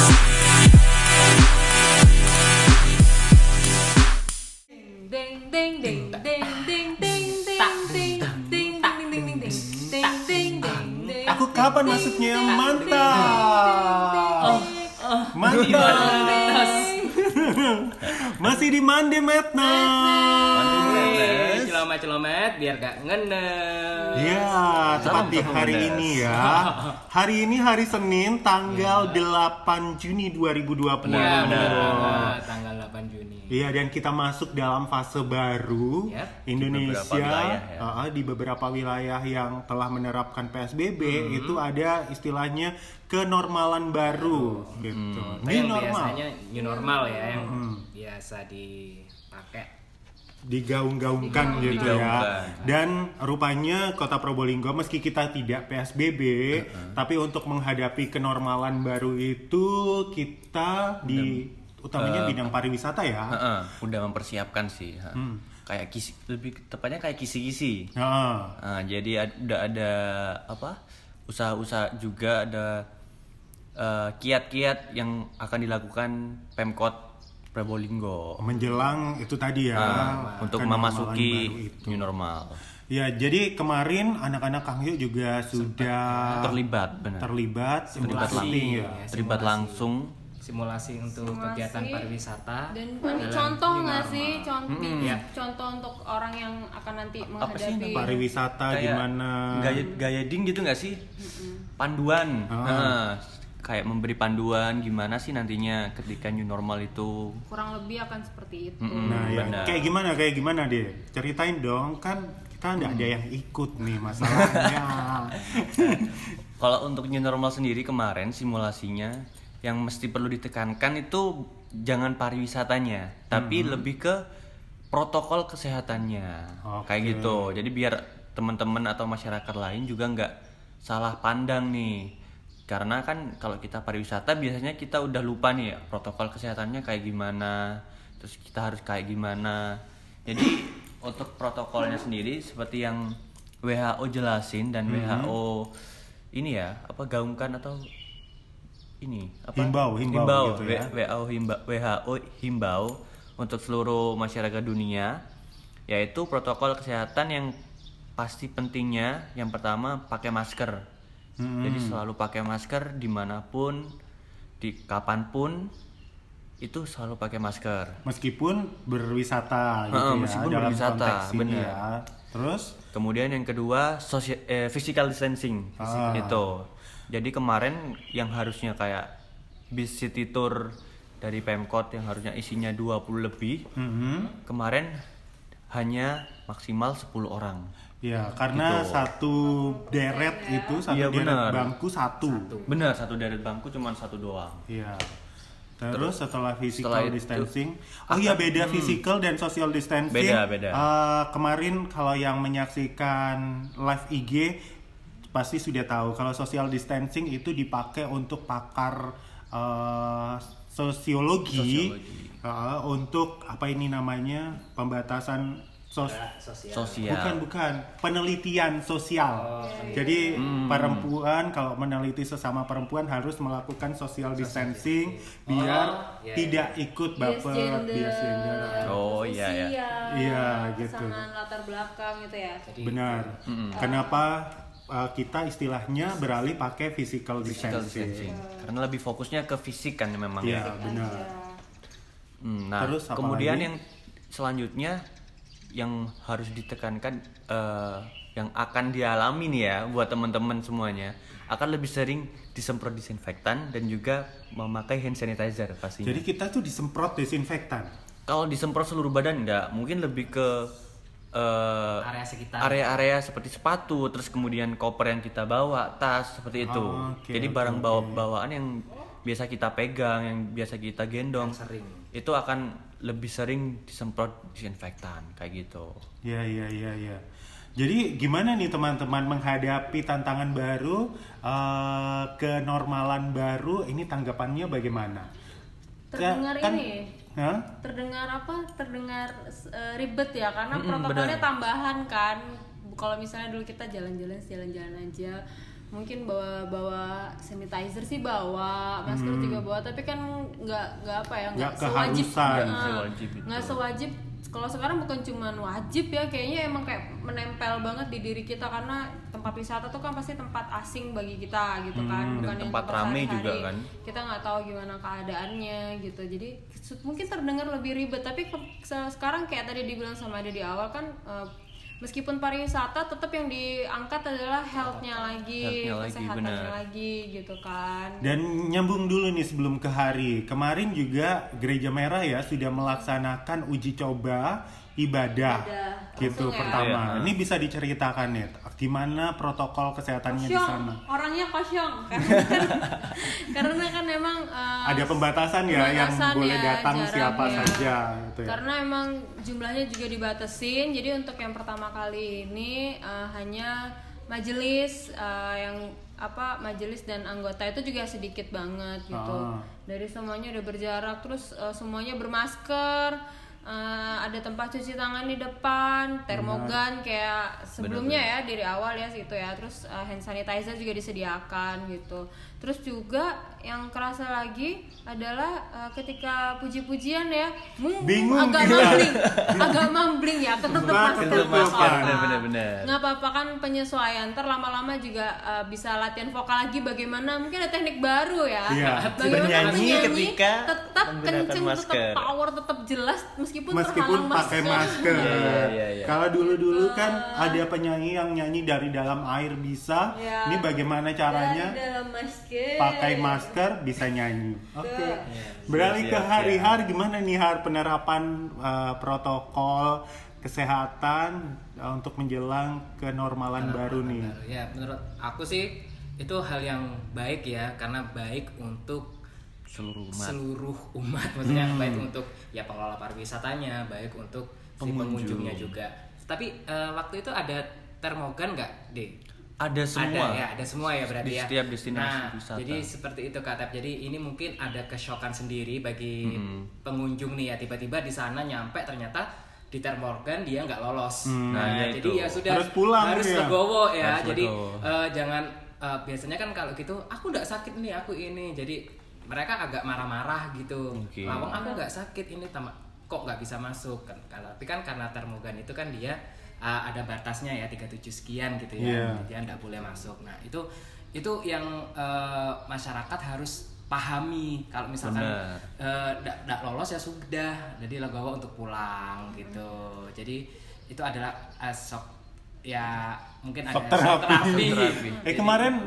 Aku kapan masuknya? Mantap. Mantap. Masih di Mande Madness. Celomet biar gak ngenes. Ya, tepat di hari ini ya. Hari ini hari Senin tanggal 8 Juni 2020. Benar, tanggal 8 Juni. Iya, dan kita masuk dalam fase baru. Indonesia di beberapa wilayah yang telah menerapkan PSBB itu ada istilahnya kenormalan baru gitu. New normal. Biasanya new normal ya yang biasa dipakai. Digaung-gaungkan gitu ya. Dan rupanya Kota Probolinggo meski kita tidak PSBB, tapi untuk menghadapi kenormalan baru itu kita utamanya bidang pariwisata ya. Udah mempersiapkan sih. Kayak lebih tepatnya kayak kisi-kisi. Jadi udah ada usaha-usaha juga, ada kiat-kiat yang akan dilakukan Pemkot Probolinggo menjelang itu tadi ya, untuk memasuki new normal. Ya, jadi kemarin anak-anak Kang Yu juga sudah terlibat langsung simulasi untuk kegiatan pariwisata. Dan contoh nggak sih contoh untuk orang yang akan nanti menghadapi pariwisata gimana guiding gitu nggak sih? Panduan. Kayak memberi panduan gimana sih nantinya ketika new normal itu. Kurang lebih akan seperti itu. Nah ya, kayak gimana deh, ceritain dong, kan kita nggak ada yang ikut nih masalahnya. Kalau untuk new normal sendiri kemarin simulasinya yang mesti perlu ditekankan itu jangan pariwisatanya, tapi lebih ke protokol kesehatannya. Kayak gitu. Jadi biar teman-teman atau masyarakat lain juga nggak salah pandang nih. Karena kan kalau kita pariwisata biasanya kita udah lupa nih ya, protokol kesehatannya kayak gimana, terus kita harus kayak gimana. Jadi untuk protokolnya sendiri seperti yang WHO jelasin dan WHO ini ya gaungkan atau ini himbau gitu ya. WHO himbau untuk seluruh masyarakat dunia, yaitu protokol kesehatan yang pasti pentingnya yang pertama pakai masker. Jadi selalu pakai masker dimanapun, kapanpun itu selalu pakai masker. Meskipun berwisata gitu meskipun dalam berwisata, konteks ini benar. ya. Terus kemudian yang kedua physical distancing itu. Jadi kemarin yang harusnya kayak bis city tour dari Pemkot yang harusnya isinya 20 lebih, kemarin hanya maksimal 10 orang. Ya, karena satu deret itu deret bangku satu. Benar, satu deret bangku cuma satu doang. Iya. Terus setelah physical distancing, beda physical dan social distancing. Beda. Kemarin kalau yang menyaksikan live IG pasti sudah tahu kalau social distancing itu dipakai untuk pakar sosiologi. Untuk pembatasan sosial. Bukan penelitian sosial. Jadi perempuan kalau meneliti sesama perempuan harus melakukan social distancing biar tidak ikut baper bias gender. Iya gitu. Pasangan latar belakang gitu ya. Benar. Kenapa kita istilahnya beralih pakai physical distancing? Karena lebih fokusnya ke fisik kan memang. Iya, benar. Nah, terus kemudian yang selanjutnya yang harus ditekankan yang akan dialami nih ya buat teman-teman semuanya akan lebih sering disemprot disinfektan dan juga memakai hand sanitizer pastinya. Jadi kita tuh disemprot disinfektan. Kalau disemprot seluruh badan enggak, mungkin lebih ke area sekitar, area-area seperti sepatu, terus kemudian koper yang kita bawa, tas seperti itu. Jadi barang bawaan yang biasa kita pegang, yang biasa kita gendong, itu akan lebih sering disemprot disinfektan kayak gitu. Iya. Jadi gimana nih teman-teman menghadapi tantangan baru, kenormalan baru, ini tanggapannya bagaimana? Terdengar ribet ya, karena protokolnya tambahan kan. Kalau misalnya dulu kita jalan-jalan aja, mungkin bawa sanitizer sih bawa, masker juga bawa, tapi kan nggak apa ya, nggak sewajib. Kalau sekarang bukan cuman wajib ya, kayaknya emang kayak menempel banget di diri kita, karena tempat wisata tuh kan pasti tempat asing bagi kita gitu kan, bukan yang tempat rame juga kan. Kita nggak tahu gimana keadaannya gitu, jadi mungkin terdengar lebih ribet, tapi sekarang kayak tadi dibilang sama Ade di awal kan, meskipun pariwisata tetap yang diangkat adalah health-nya lagi, kesehatannya lagi gitu kan. Dan nyambung dulu nih sebelum ke hari. Kemarin juga Gereja Merah ya sudah melaksanakan uji coba ibadah gitu langsung pertama. Ini bisa diceritakan nih gimana protokol kesehatannya di sana? Orangnya kosong karena kan memang ada pembatasan ya yang boleh datang siapa saja gitu ya. Karena emang jumlahnya juga dibatasin. Jadi untuk yang pertama kali ini hanya majelis majelis dan anggota itu juga sedikit banget gitu. Dari semuanya udah berjarak, terus semuanya bermasker. Ada tempat cuci tangan di depan, termogan kayak sebelumnya ya dari awal ya gitu ya. Terus hand sanitizer juga disediakan gitu. Terus juga yang kerasa lagi adalah ketika puji-pujian ya, agak mambling ya, ketutup masker. Nggak apa-apa kan, penyesuaian. Ntar lama-lama juga bisa latihan vokal lagi. Bagaimana mungkin ada teknik baru ya. Bagaimana penyanyi tetap kenceng, tetap power, tetap jelas meskipun pakai masker. Kalau dulu kan ada penyanyi yang nyanyi dari dalam air bisa. Ini bagaimana caranya? Dari dalam masker. Pakai masker bisa nyanyi. Oke. Beralih ke hari-hari, gimana nih penerapan protokol kesehatan untuk menjelang kenormalan baru nih? Ya, menurut aku sih itu hal yang baik ya, karena baik untuk seluruh umat maksudnya, baik untuk ya pengelola pariwisatanya, baik untuk pengunjungnya juga. Tapi waktu itu ada termogan nggak, De? Ada semua. Ada semua ya berarti di setiap destinasi wisata. Jadi seperti itu Kak Tep. Jadi ini mungkin ada kesyokan sendiri bagi pengunjung nih ya, tiba-tiba di sana nyampe ternyata di termogan dia nggak lolos. Jadi ya sudah harus legowo ya. Jadi jangan biasanya kan kalau gitu aku nggak sakit nih, aku ini. Jadi mereka agak marah-marah gitu. Lawang aku nggak sakit, ini kok nggak bisa masuk kan. Tapi kan karena termogan itu kan dia ada batasnya ya, 37 sekian gitu ya. Jadi nggak boleh masuk. Nah itu yang masyarakat harus pahami. Kalau misalkan nggak lolos ya sudah, jadi legowo untuk pulang gitu. Jadi itu adalah ya mungkin ada terapi. Kemarin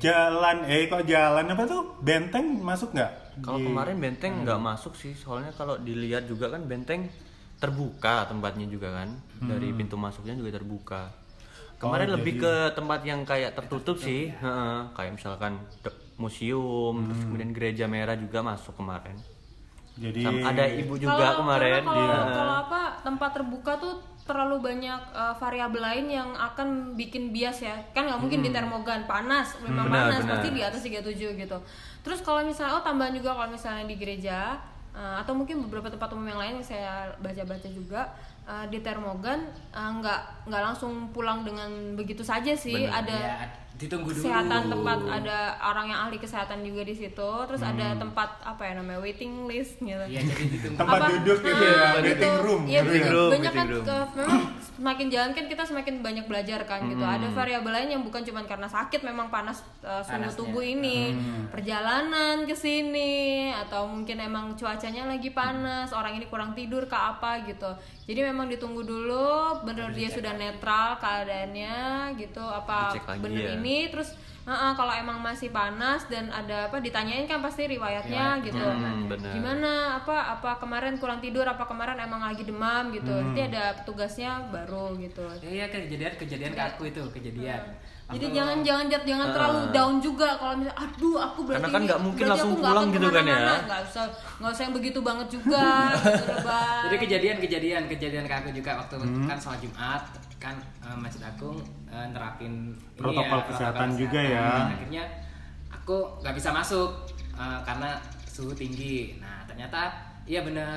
jalan apa tuh, Benteng masuk nggak? Kalau kemarin Benteng nggak masuk sih, soalnya kalau dilihat juga kan Benteng terbuka tempatnya juga kan, dari pintu masuknya juga terbuka. Kemarin lebih ke tempat yang kayak tertutup sih, kayak misalkan museum, terus kemudian Gereja Merah juga masuk kemarin. Jadi ada ibu juga kemarin. Kalau tempat terbuka tuh terlalu banyak variabel lain yang akan bikin bias ya. Kan nggak mungkin di termogan panas, memang panas pasti di atas 37 gitu. Terus kalau misalnya tambahan juga kalau misalnya di gereja atau mungkin beberapa tempat umum yang lain yang saya baca-baca juga, di termogan nggak langsung pulang dengan begitu saja sih. Ada ditunggu kesehatan dulu. Tempat ada orang yang ahli kesehatan juga di situ. Terus ada tempat waiting list gitu. Iya, jadi ditunggu. Tempat duduk gitu ya, waiting room. Iya, banyak kan memang semakin jalan kan kita semakin banyak belajar kan gitu. Ada variabel lain yang bukan cuma karena sakit, memang panas suhu tubuh ini, perjalanan ke sini, atau mungkin emang cuacanya lagi panas, orang ini kurang tidur ke apa gitu. Jadi memang ditunggu dulu bener dia sudah netral keadaannya gitu, apa bener ini. Terus kalau emang masih panas dan ada ditanyain kan pasti riwayatnya gitu. Gimana apa kemarin kurang tidur, apa kemarin emang lagi demam gitu. Nanti ada petugasnya baru gitu. Iya, kejadian ke aku itu kejadian. Jadi jangan terlalu down juga kalau misalnya aku berarti karena kan nggak mungkin langsung pulang gitu kan ya. Nggak usah yang begitu banget juga gitu. Jadi kejadian ke aku juga waktu kan sholat Jumat kan, Masjid Agung nerapin protokol kesehatan juga ya. Akhirnya aku nggak bisa masuk karena suhu tinggi. Nah ternyata iya benar,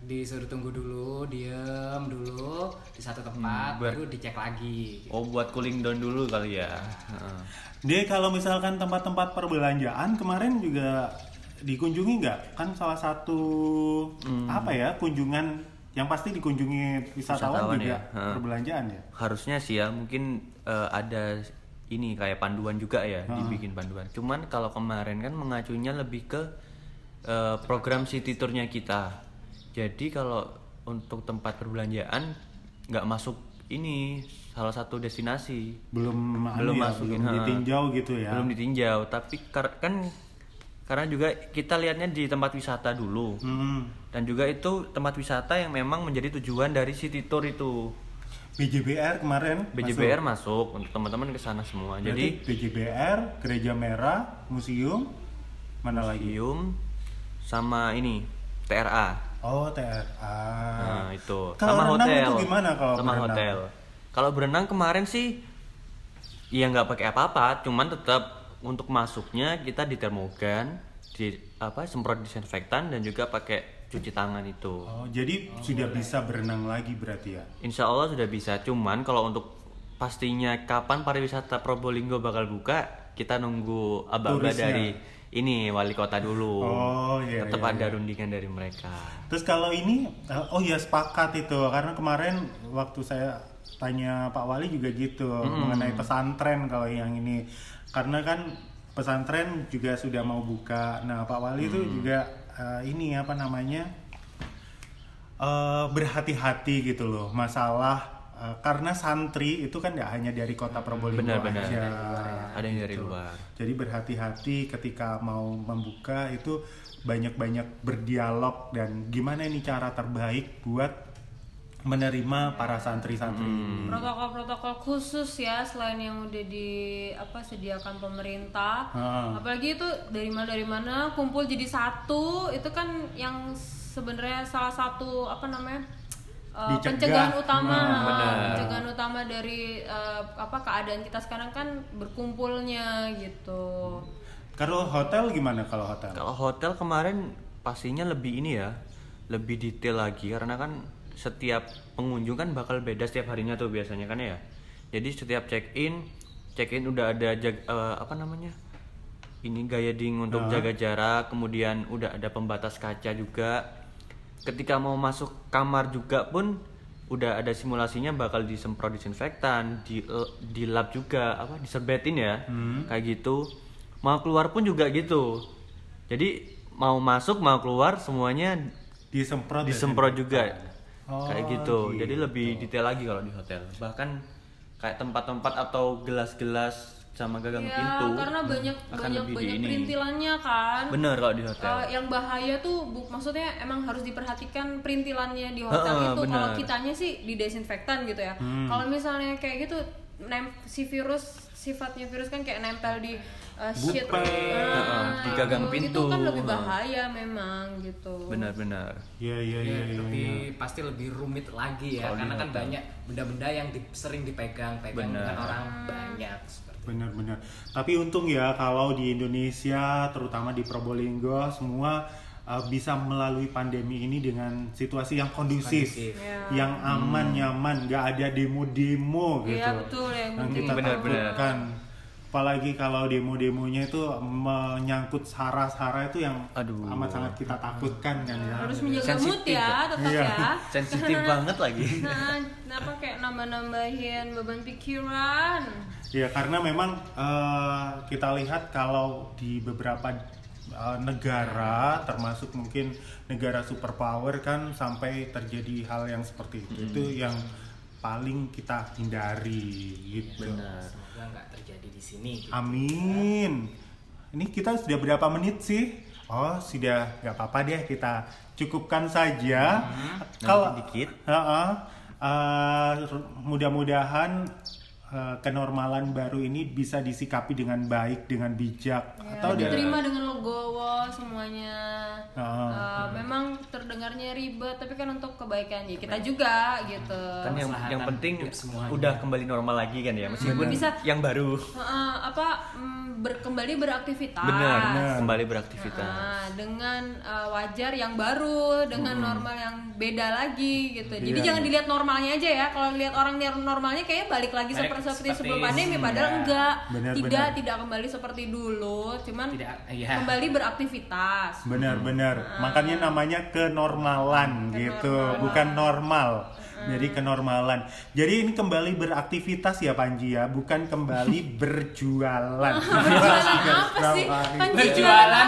disuruh tunggu dulu, diem dulu di satu tempat, baru dicek lagi. Oh, buat cooling down dulu kali ya. Dia kalau misalkan tempat-tempat perbelanjaan kemarin juga dikunjungi nggak? Kan salah satu kunjungan yang pasti dikunjungi wisatawan juga ya? Perbelanjaan ya. Harusnya sih ya, mungkin ada ini kayak panduan juga ya, dibikin panduan. Cuman kalau kemarin kan mengacunya lebih ke program city tournya kita. Jadi kalau untuk tempat perbelanjaan nggak masuk ini salah satu destinasi. Belum ditinjau gitu ya. Belum ditinjau, tapi kan karena juga kita lihatnya di tempat wisata dulu. Dan juga itu tempat wisata yang memang menjadi tujuan dari city tour itu. BJBR kemarin masuk untuk teman-teman ke sana semua. Jadi BJBR, Gereja Merah, museum, mana lagi? Museum sama ini TRA. Oh, TRA. Nah, itu. Kalau sama hotel. Itu gimana kalau sama berenang? Hotel. Kalau berenang kemarin sih ya nggak pakai apa-apa, cuman tetap untuk masuknya kita di termogan, semprot disinfektan dan juga pakai cuci tangan itu. Oh, jadi sudah bisa berenang lagi berarti ya? Insya Allah sudah bisa. Cuman kalau untuk pastinya kapan pariwisata Probolinggo bakal buka, kita nunggu aba-aba dari ini wali kota dulu. Oh iya. Tetap ada rundingan dari mereka. Terus kalau ini, sepakat itu karena kemarin waktu saya tanya Pak Wali juga gitu mengenai pesantren kalau yang ini, karena kan pesantren juga sudah mau buka. Nah Pak Wali itu juga berhati-hati gitu loh masalah. Karena santri itu kan tidak hanya dari kota Probolinggo aja, ada yang dari luar. Jadi berhati-hati ketika mau membuka itu banyak-banyak berdialog dan gimana ini cara terbaik buat menerima para santri-santri ini. Protokol-protokol khusus ya selain yang udah sediakan pemerintah. Apalagi itu dari mana kumpul jadi satu, itu kan yang sebenarnya salah satu pencegahan utama dari keadaan kita sekarang kan berkumpulnya gitu. Kalau hotel gimana kalau hotel? Kalau hotel kemarin pastinya lebih lebih detail lagi karena kan setiap pengunjung kan bakal beda setiap harinya tuh biasanya kan ya. Jadi setiap check in udah ada guiding untuk jaga jarak, kemudian udah ada pembatas kaca juga. Ketika mau masuk kamar juga pun udah ada simulasinya bakal disemprot disinfektan, di lap juga diserbetin ya. Kayak gitu. Mau keluar pun juga gitu. Jadi mau masuk mau keluar semuanya disemprot juga. Kayak gitu. Jadi lebih detail lagi kalau di hotel. Bahkan kayak tempat-tempat atau gelas-gelas sama gagang pintu. Karena banyak perintilannya kan. Bener kalau di hotel. Yang bahaya tuh maksudnya emang harus diperhatikan perintilannya di hotel itu. Kalau kitanya sih di desinfektan gitu ya. Kalau misalnya kayak gitu sifatnya virus kan kayak nempel di sheet di gagang pintu. Itu kan lebih bahaya memang gitu. Benar-benar. Iya. Tapi pasti lebih rumit lagi ya, karena kan banyak benda-benda yang sering dipegang dengan orang banyak. Benar. Tapi untung ya kalau di Indonesia, terutama di Probolinggo, semua bisa melalui pandemi ini dengan situasi yang kondusif. Yang aman, nyaman, nggak ada demo-demo gitu. Iya betul ya. Yang kita takutkan. Apalagi kalau demo-demonya itu menyangkut sara-sara itu yang amat sangat kita takutkan kan ya. Harus menjaga mood ya, tetap ya. Sensitif banget lagi. Kenapa kayak nambah-nambahin beban pikiran? Ya karena memang kita lihat kalau di beberapa negara, termasuk mungkin negara superpower kan sampai terjadi hal yang seperti itu. Itu yang paling kita hindari gitu. Benar. Semoga nggak terjadi di sini. Gitu. Amin. Ini kita sudah berapa menit sih? Oh sudah, nggak apa-apa deh kita cukupkan saja. Kalau dikit. Mudah-mudahan kenormalan baru ini bisa disikapi dengan baik, dengan bijak, atau diterima dengan legowo semuanya. Memang terdengarnya ribet, tapi kan untuk kebaikan ya kita juga gitu. Kan yang penting udah kembali normal lagi kan ya, meskipun bisa yang baru kembali beraktivitas. Benar, kembali beraktivitas. Dengan wajar yang baru, dengan normal yang beda lagi gitu. Jadi jangan dilihat normalnya aja ya. Kalau lihat orang normalnya kayaknya balik lagi seperti sebelum pandemi, padahal enggak. Tidak kembali seperti dulu, cuman kembali beraktivitas. Benar. Makanya namanya kenormalan gitu, bukan normal. Jadi kenormalan. Jadi ini kembali beraktivitas ya Panji ya, bukan kembali berjualan. Berjualan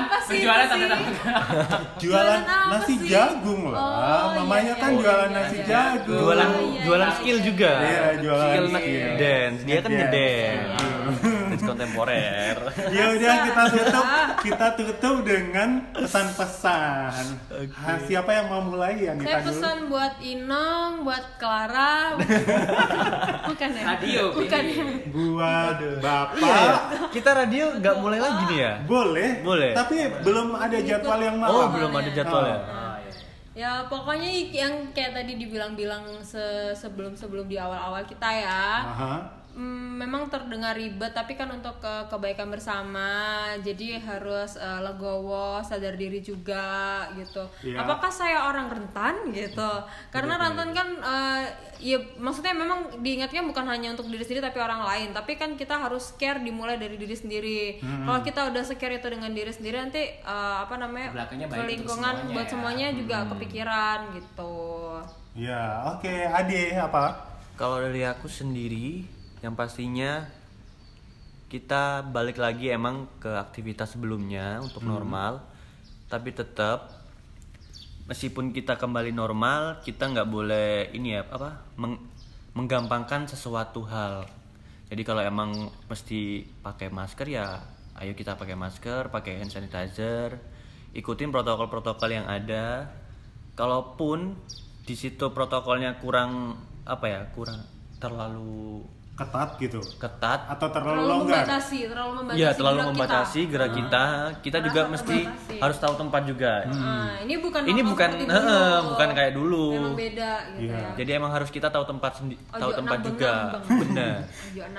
Jualan nasi jagung lah. Mamanya kan jualan nasi jagung. Jualan skill juga. Iya, jualan skill dance. Dia kan ngedance. Dance kontemporer. Ya udah kita tutup dengan pesan-pesan. Siapa yang mau mulai ya? Saya pesan buat Inong, buat Clara. Bukan ya? Radio. Bukan. Buat Bapak. Iya, kita radio nggak mulai lagi nih ya? Boleh. Tapi belum ada jadwal yang malam. Belum ada jadwal ya? Ya pokoknya yang kayak tadi dibilang-bilang sebelum di awal-awal kita ya. Memang terdengar ribet, tapi kan untuk kebaikan bersama, jadi harus legowo, sadar diri juga gitu. Apakah saya orang rentan gitu? Karena rentan kan ya maksudnya memang diingatkan bukan hanya untuk diri sendiri tapi orang lain, tapi kan kita harus care dimulai dari diri sendiri. Kalau kita udah secare itu dengan diri sendiri, nanti ke lingkungan buat semuanya juga kepikiran gitu. Ya, oke. Ade apa? Kalau dari aku sendiri, yang pastinya kita balik lagi emang ke aktivitas sebelumnya untuk normal, tapi tetap meskipun kita kembali normal, kita nggak boleh menggampangkan sesuatu hal. Jadi kalau emang mesti pakai masker ya ayo kita pakai masker, pakai hand sanitizer, ikutin protokol-protokol yang ada. Kalaupun di situ protokolnya kurang terlalu ketat atau terlalu longgar, terlalu membatasi gerak kita juga mesti harus tahu tempat juga. Ini bukan kayak dulu. Memang beda gitu ya. Jadi emang harus kita tahu tempat juga. Benar.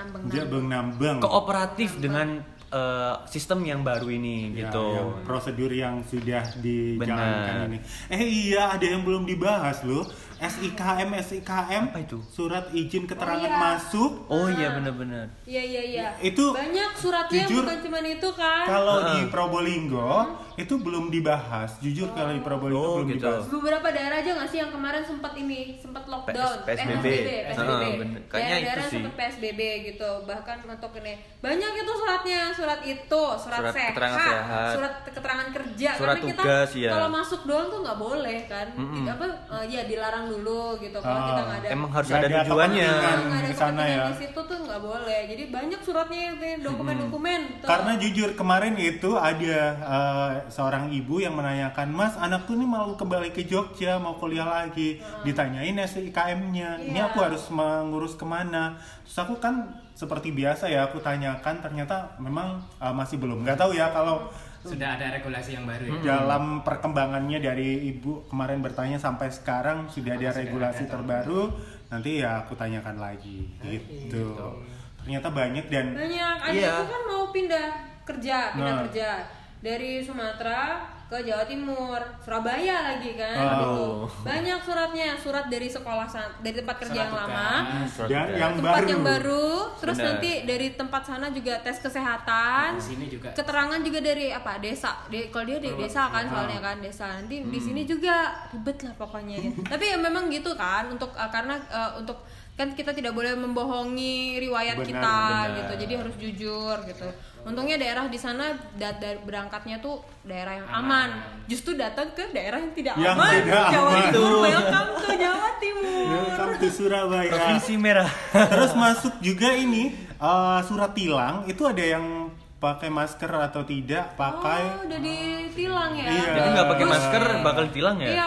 Kooperatif dengan sistem yang baru ini gitu. Prosedur yang sudah dijalankan ini. Iya, ada yang belum dibahas loh. SIKM apa itu? Surat izin keterangan masuk. Oh iya, benar-benar. Iya. Itu banyak suratnya, jujur, bukan cuma itu kan. Kalau di Probolinggo itu belum dibahas. Jujur kalau di Probolinggo belum dibahas. Beberapa daerah aja nggak sih yang kemarin sempat lockdown, PSBB. Kayaknya daerah itu sih. sempat PSBB gitu. Bahkan untuk ini banyak itu suratnya, surat sehat, keterangan surat keterangan kerja. Surat karena tugas kita kalau masuk doang tuh nggak boleh kan. Dilarang dulu gitu kalau kita nggak ada. Emang harus ada tujuannya. Di sana ya. Di situ tuh nggak boleh. Jadi banyak suratnya yang dokumen-dokumen. Karena jujur kemarin itu ada seorang ibu yang menanyakan, Mas, anakku nih mau kembali ke Jogja, mau kuliah lagi. Ditanyain SIKM-nya. Ini aku harus mengurus kemana? Terus aku kan seperti biasa ya, aku tanyakan, ternyata memang masih belum. Nggak tahu ya kalau sudah ada regulasi yang baru ya. Dalam perkembangannya dari ibu kemarin bertanya sampai sekarang sudah ada regulasi terbaru. Nanti ya aku tanyakan lagi gitu. Ternyata banyak dan Adikku kan mau pindah kerja dari Sumatera ke Jawa Timur, Surabaya lagi kan. Banyak surat dari sekolah, dari tempat kerja yang lama dan tempat yang baru. Terus nanti dari tempat sana juga tes kesehatan, sini juga keterangan juga dari desa. Kalau dia di desa kan, soalnya kan desa. Nanti di sini juga ribet lah pokoknya. Tapi ya memang gitu kan, karena untuk kan kita tidak boleh membohongi riwayat kita gitu. Jadi harus jujur gitu. Untungnya daerah di sana berangkatnya tuh daerah yang aman. Justru datang ke daerah yang tidak aman. Jawa Timur, welcome ke Jawa Timur. Welcome to Surabaya. Provinsi merah. Terus masuk juga ini surat tilang, itu ada yang pakai masker atau tidak pakai. Udah ditilang ya. Iya. Jadi nggak pakai masker bakal ditilang ya? Iya,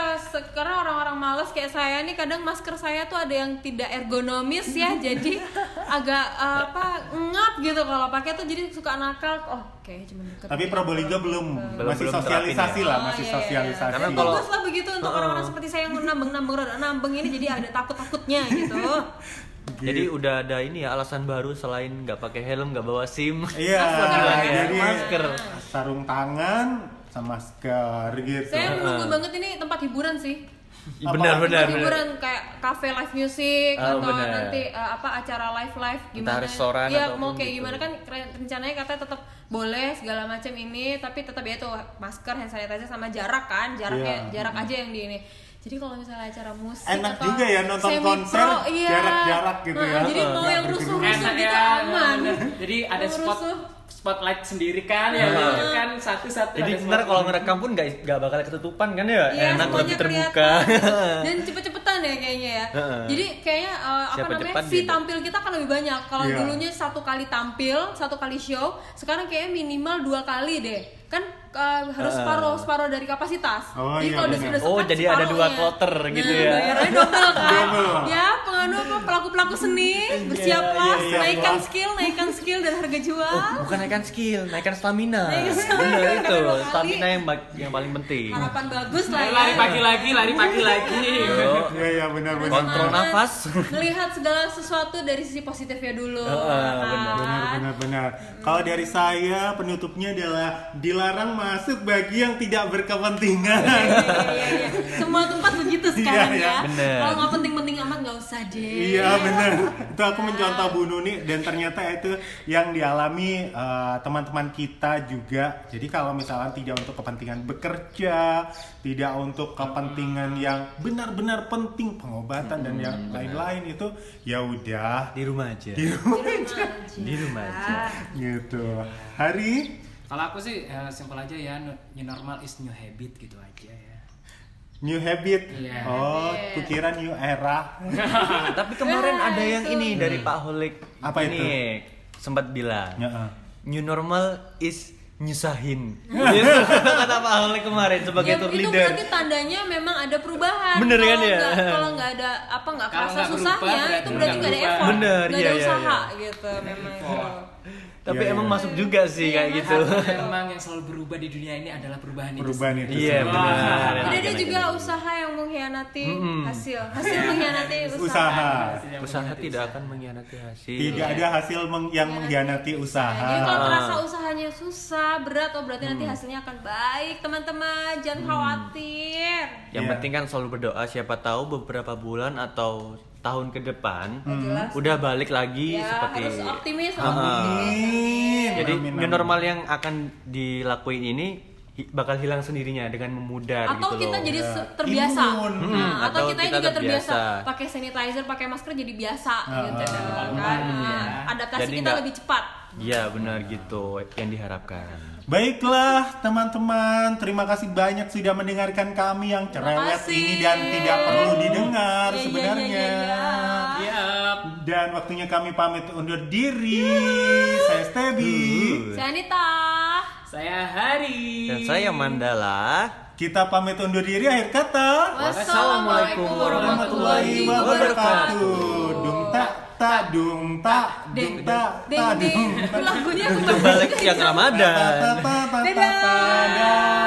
karena orang-orang malas kayak saya nih kadang masker saya tuh ada yang tidak ergonomis ya, jadi agak ngap gitu kalau pakai tuh, jadi suka nakal. Oke, cuma deket. Tapi Probolinggo belum masih sosialisasi lah, masih sosialisasi. Karena kalau bagus lah begitu untuk orang-orang seperti saya yang nambeng ini, jadi ada takutnya gitu. Jadi udah ada ini ya alasan baru selain nggak pakai helm, nggak bawa SIM. Iya. Jadi masker, sarung tangan, sama masker gitu. Saya menunggu banget ini tempat hiburan sih. Benar. Hiburan kayak cafe live music atau nanti acara live gimana? Entah restoran ya, atau mau kayak gitu. gimana kan rencananya katanya tetap boleh segala macam ini, tapi tetap ya tuh masker, hand sanitizer sama jarak kan, jarak aja yang di ini. Jadi kalau misalnya acara musik enak atau juga ya nonton konser jarak-jarak gitu ya. Jadi mau yang rusuh-rusuh gitu aman. Jadi ada spotlight sendiri kan ya, kan satu-satu. Jadi benar kalau ngerekam pun nggak bakal ketutupan kan ya, enak lebih terbuka. Dan cepet-cepetan ya kayaknya ya. Jadi kayaknya si tampil kita kan lebih banyak. Kalau dulunya 1 kali tampil, 1 kali show, sekarang kayaknya minimal 2 kali deh. Kan harus separuh dari kapasitas. Jadi kalau udah jadi ada 2 kloter gitu ya. Bayarnya double kan. Ya, pelaku-pelaku seni bersiaplah, naikkan skill dan harga jual. Bukan naikkan skill, naikkan stamina. Benar itu, stamina yang paling penting. Harapan bagus lah ya. Lari pagi lagi. Iya benar. Kontrol nafas. Melihat segala sesuatu dari sisi positifnya dulu. Benar. Kalau dari saya penutupnya adalah dilarang masuk bagi yang tidak berkepentingan. Iya. Semua tempat begitu sekarang ya. Bener. Kalau nggak penting-penting amat nggak usah deh. Iya benar. Itu aku mencontoh Bu Nuni dan ternyata itu yang dialami teman-teman kita juga. Jadi kalau misalnya tidak untuk kepentingan bekerja, tidak untuk kepentingan yang benar-benar penting pengobatan dan yang lain-lain itu ya udah Di rumah aja. Gitu. Hari kalau aku sih simpel aja ya, new normal is new habit gitu aja ya. New habit. Yeah. Kukira new era. Tapi kemarin ada yang ini dari Pak Holik. Apa ini itu? Sempat bilang. New normal is nyusahin. Kata Pak Holik kemarin sebagai tour leader. Itu berarti tandanya memang ada perubahan. Bener kan ya? Kalau nggak ada nggak kerasa susahnya, itu berarti nggak ada effort. Bener, nggak ada usaha gitu memang. Tapi emang masuk juga sih kayak gitu. Memang yang selalu berubah di dunia ini adalah perubahan itu. Iya benar. Tidak ada juga usaha yang mengkhianati hasil mengkhianati Usaha tidak akan mengkhianati hasil. Tidak ada hasil yang mengkhianati usaha. Jadi kalau terasa usahanya susah, berat, berarti nanti hasilnya akan baik, teman-teman. Jangan khawatir. Yang penting kan selalu berdoa, siapa tahu beberapa bulan atau tahun ke depan udah balik lagi seperti harus optimis. Jadi new normal yang akan dilakuin ini bakal hilang sendirinya dengan memudar atau gitu kita loh. jadi terbiasa. Atau kita juga terbiasa pakai sanitizer, pakai masker jadi biasa gitu kan. Adaptasi jadi kita lebih cepat. Iya benar gitu yang diharapkan. Baiklah teman-teman, terima kasih banyak sudah mendengarkan kami yang cerewet ini dan tidak perlu didengar sebenarnya. Dan waktunya kami pamit undur diri. Saya Stebi, saya Anita, saya Hari, dan saya Mandala. Kita pamit undur diri, akhir kata. Wassalamualaikum warahmatullahi wabarakatuh. Dung tak dung tak dung tak dung. Lagunya Balik yang Ramadan. Dadah.